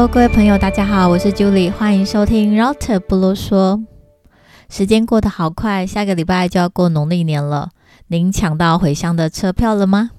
Hello， 各位朋友，大家好，我是 Julie， 欢迎收听 Router 不啰嗦。时间过得好快，下个礼拜就要过农历年了。您抢到回乡的车票了吗？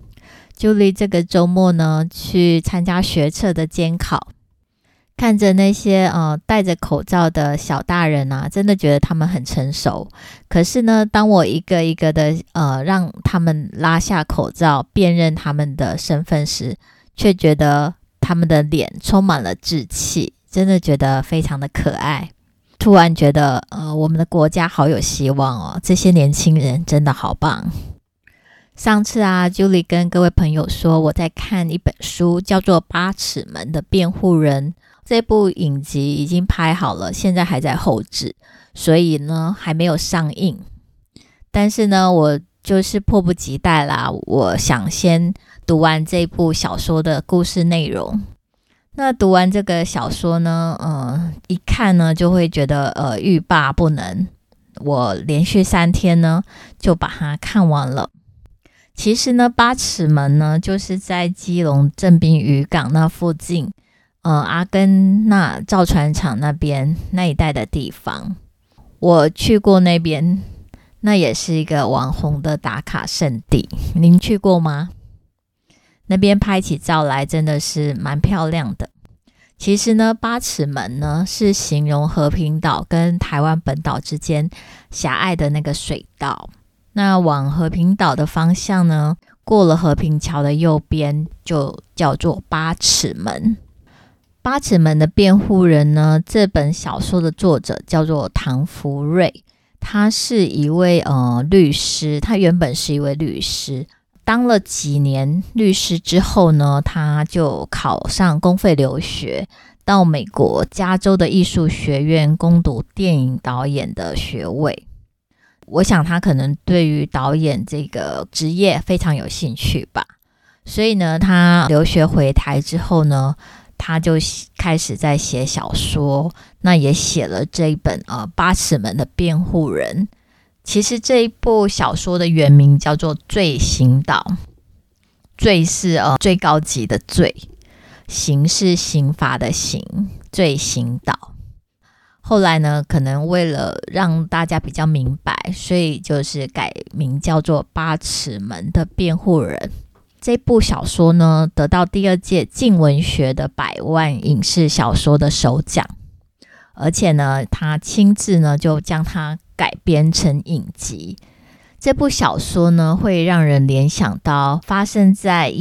Julie 这个周末呢，去参加学测的监考，看着那些戴着口罩的小大人啊，真的觉得他们很成熟。可是呢，当我一个一个的让他们拉下口罩，辨认他们的身份时，却觉得他们的脸充满了稚气，真的觉得非常的可爱。突然觉得我们的国家好有希望哦，这些年轻人真的好棒。上次Julie 跟各位朋友说，我在看一本书，叫做《八尺门的辩护人》。这部影集已经拍好了，现在还在后制，所以呢还没有上映。但是呢，我就是迫不及待啦，我想先读完这部小说的故事内容。那读完这个小说呢，一看呢就会觉得欲罢不能。我连续3天呢就把它看完了。其实呢，八尺门呢就是在基隆正滨渔港那附近，阿根纳造船厂那边那一带的地方。我去过那边，那也是一个网红的打卡圣地。您去过吗？那边拍起照来真的是蛮漂亮的。其实呢，八尺门呢是形容和平岛跟台湾本岛之间狭隘的那个水道。那往和平岛的方向呢，过了和平桥的右边就叫做八尺门。八尺门的辩护人呢，这本小说的作者叫做唐福瑞，他是一位律师，他原本是一位律师。当了几年律师之后呢，他就考上公费留学，到美国加州的艺术学院攻读电影导演的学位。我想他可能对于导演这个职业非常有兴趣吧，所以呢，他留学回台之后呢，他就开始在写小说，那也写了这一本八尺门的辩护人。其实这一部小说的原名叫做罪刑岛，罪是最高级的罪，刑是刑罚的刑，罪刑岛。后来呢，可能为了让大家比较明白，所以就是改名叫做八尺门的辩护人。这部小说呢，得到第2届静文学的100万影视小说的首奖，而且呢，他亲自呢就将它改编成影集。这部小说呢，会让人联想到发生在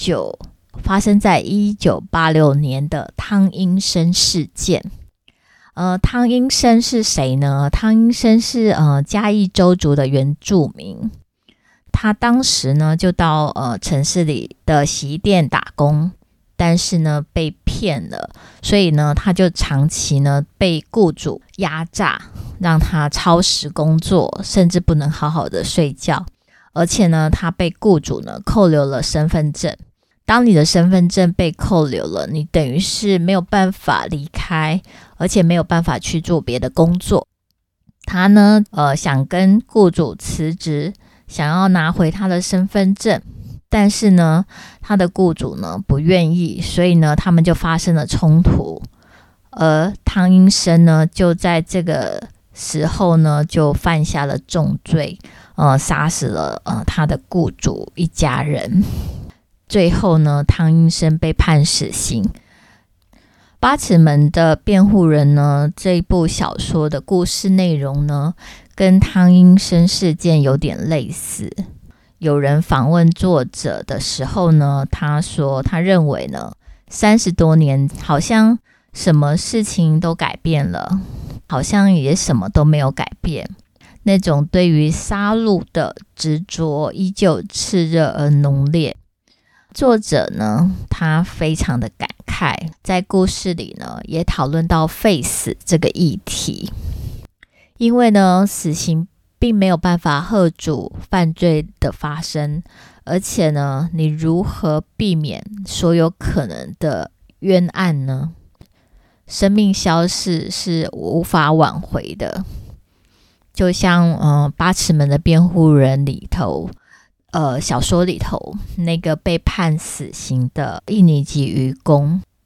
1986年的汤英伸事件。汤英伸是谁呢？汤英伸是嘉义州族的原住民。他当时呢就到城市里的洗衣店打工，但是呢被骗了，所以呢他就长期呢被雇主压榨，让他超时工作，甚至不能好好的睡觉。而且呢他被雇主呢扣留了身份证。当你的身份证被扣留了，你等于是没有办法离开，而且没有办法去做别的工作。他呢想跟雇主辞职，想要拿回他的身份证，但是呢他的雇主呢不愿意，所以呢他们就发生了冲突。而汤英伸呢就在这个时候呢就犯下了重罪，杀死了他的雇主一家人。最后呢，汤英伸被判死刑。八尺门的辩护人呢，这一部小说的故事内容呢，跟汤英伸事件有点类似。有人访问作者的时候呢，他说他认为呢，30多年好像什么事情都改变了，好像也什么都没有改变。那种对于杀戮的执着依旧炽热而浓烈。作者呢，他非常的感慨，在故事里呢，也讨论到废死这个议题。因为呢，死刑并没有办法遏阻犯罪的发生，而且呢，你如何避免所有可能的冤案呢？生命消逝是无法挽回的。就像八尺门的辩护人里头，小说里头那个被判死刑的印尼籍渔工，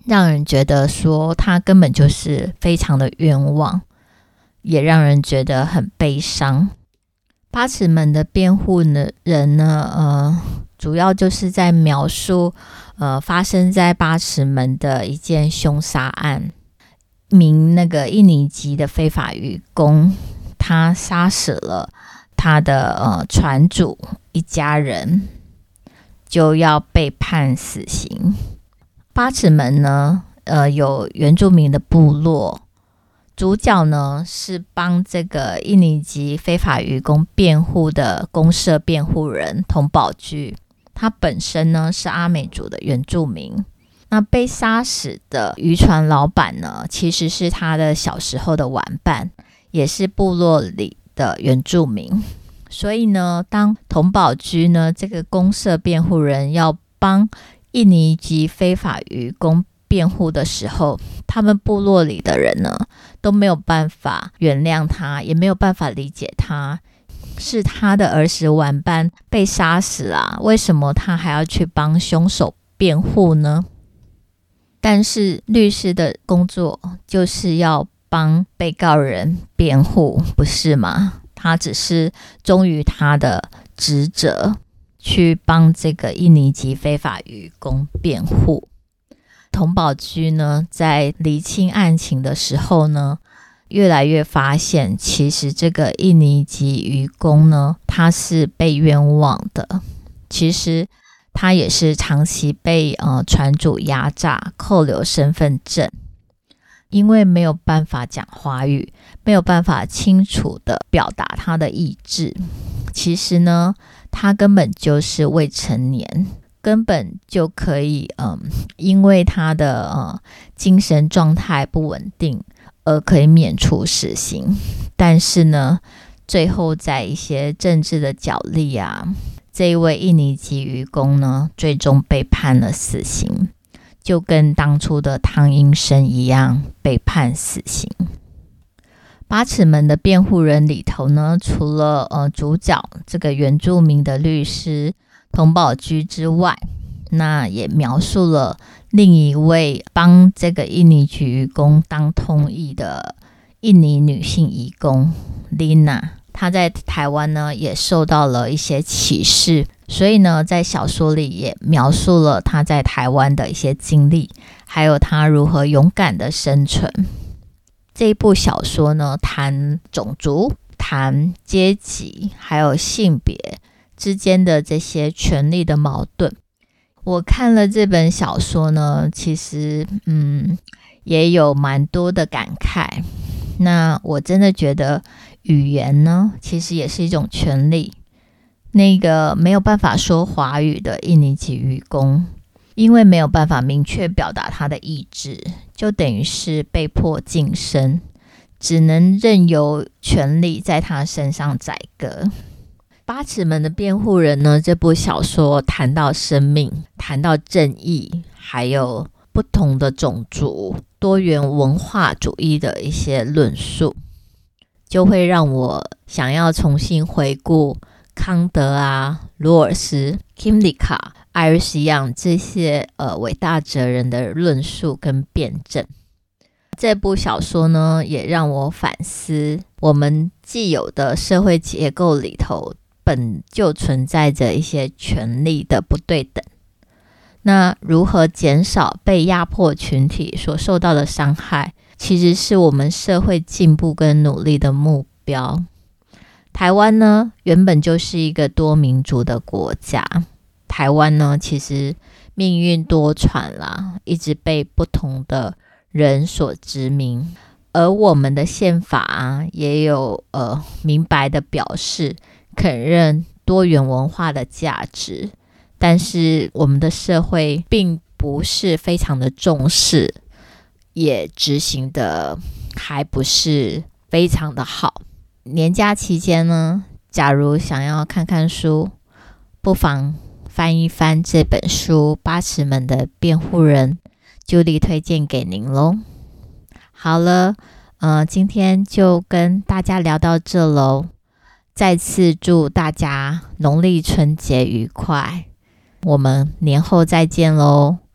让人觉得说他根本就是非常的冤枉，也让人觉得很悲伤。八尺门的辩护人呢，主要就是在描述发生在八尺门的一件凶杀案。名那个印尼籍的非法渔工，他杀死了他的船主一家人，就要被判死刑。八尺门呢，有原住民的部落，主角呢是帮这个印尼籍非法渔工辩护的公社辩护人佟宝驹，他本身呢是阿美族的原住民。那被杀死的渔船老板呢，其实是他的小时候的玩伴，也是部落里的原住民。所以呢，当佟宝驹呢这个公社辩护人要帮印尼籍非法渔工辩护的时候，他们部落里的人呢都没有办法原谅他，也没有办法理解他，是他的儿时玩伴被杀死啊，为什么他还要去帮凶手辩护呢？但是律师的工作就是要帮被告人辩护，不是吗？他只是忠于他的职责，去帮这个印尼籍非法渔工辩护。佟宝驹呢，在厘清案情的时候呢，越来越发现，其实这个印尼籍渔工呢，他是被冤枉的。其实他也是长期被船主压榨，扣留身份证，因为没有办法讲华语，没有办法清楚的表达他的意志。其实呢，他根本就是未成年，根本就可以因为他的精神状态不稳定而可以免除死刑。但是呢，最后在一些政治的角力啊，这一位印尼籍渔工呢，最终被判了死刑，就跟当初的汤英生一样被判死刑。八尺门的辩护人里头呢，除了主角这个原住民的律师佟宝驹之外，那也描述了另一位帮这个印尼籍渔工当通译的印尼女性移工 Lina。他在台湾呢也受到了一些歧视，所以呢在小说里也描述了他在台湾的一些经历，还有他如何勇敢的生存。这一部小说呢，谈种族、谈阶级还有性别之间的这些权力的矛盾。我看了这本小说呢，其实也有蛮多的感慨。那我真的觉得语言呢，其实也是一种权利。那个没有办法说华语的印尼籍渔工，因为没有办法明确表达他的意志，就等于是被迫晋升，只能任由权力在他身上宰割。八尺门的辩护人呢，这部小说谈到生命，谈到正义，还有不同的种族、多元文化主义的一些论述，就会让我想要重新回顾康德啊、罗尔斯、Kimlicka、艾瑞西样这些伟大哲人的论述跟辩证。这部小说呢，也让我反思我们既有的社会结构里头本就存在着一些权力的不对等。那如何减少被压迫群体所受到的伤害，其实是我们社会进步跟努力的目标。台湾呢，原本就是一个多民族的国家。台湾呢，其实命运多舛啦，一直被不同的人所殖民。而我们的宪法啊，也有明白的表示肯认多元文化的价值，但是我们的社会并不是非常的重视，也执行的还不是非常的好。年假期间呢，假如想要看看书，不妨翻一翻这本书《八尺门的辩护人》，Julie 推荐给您咯。好了，今天就跟大家聊到这咯。再次祝大家农历春节愉快，我们年后再见咯。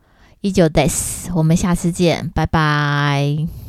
以上です，我们下次见，拜拜。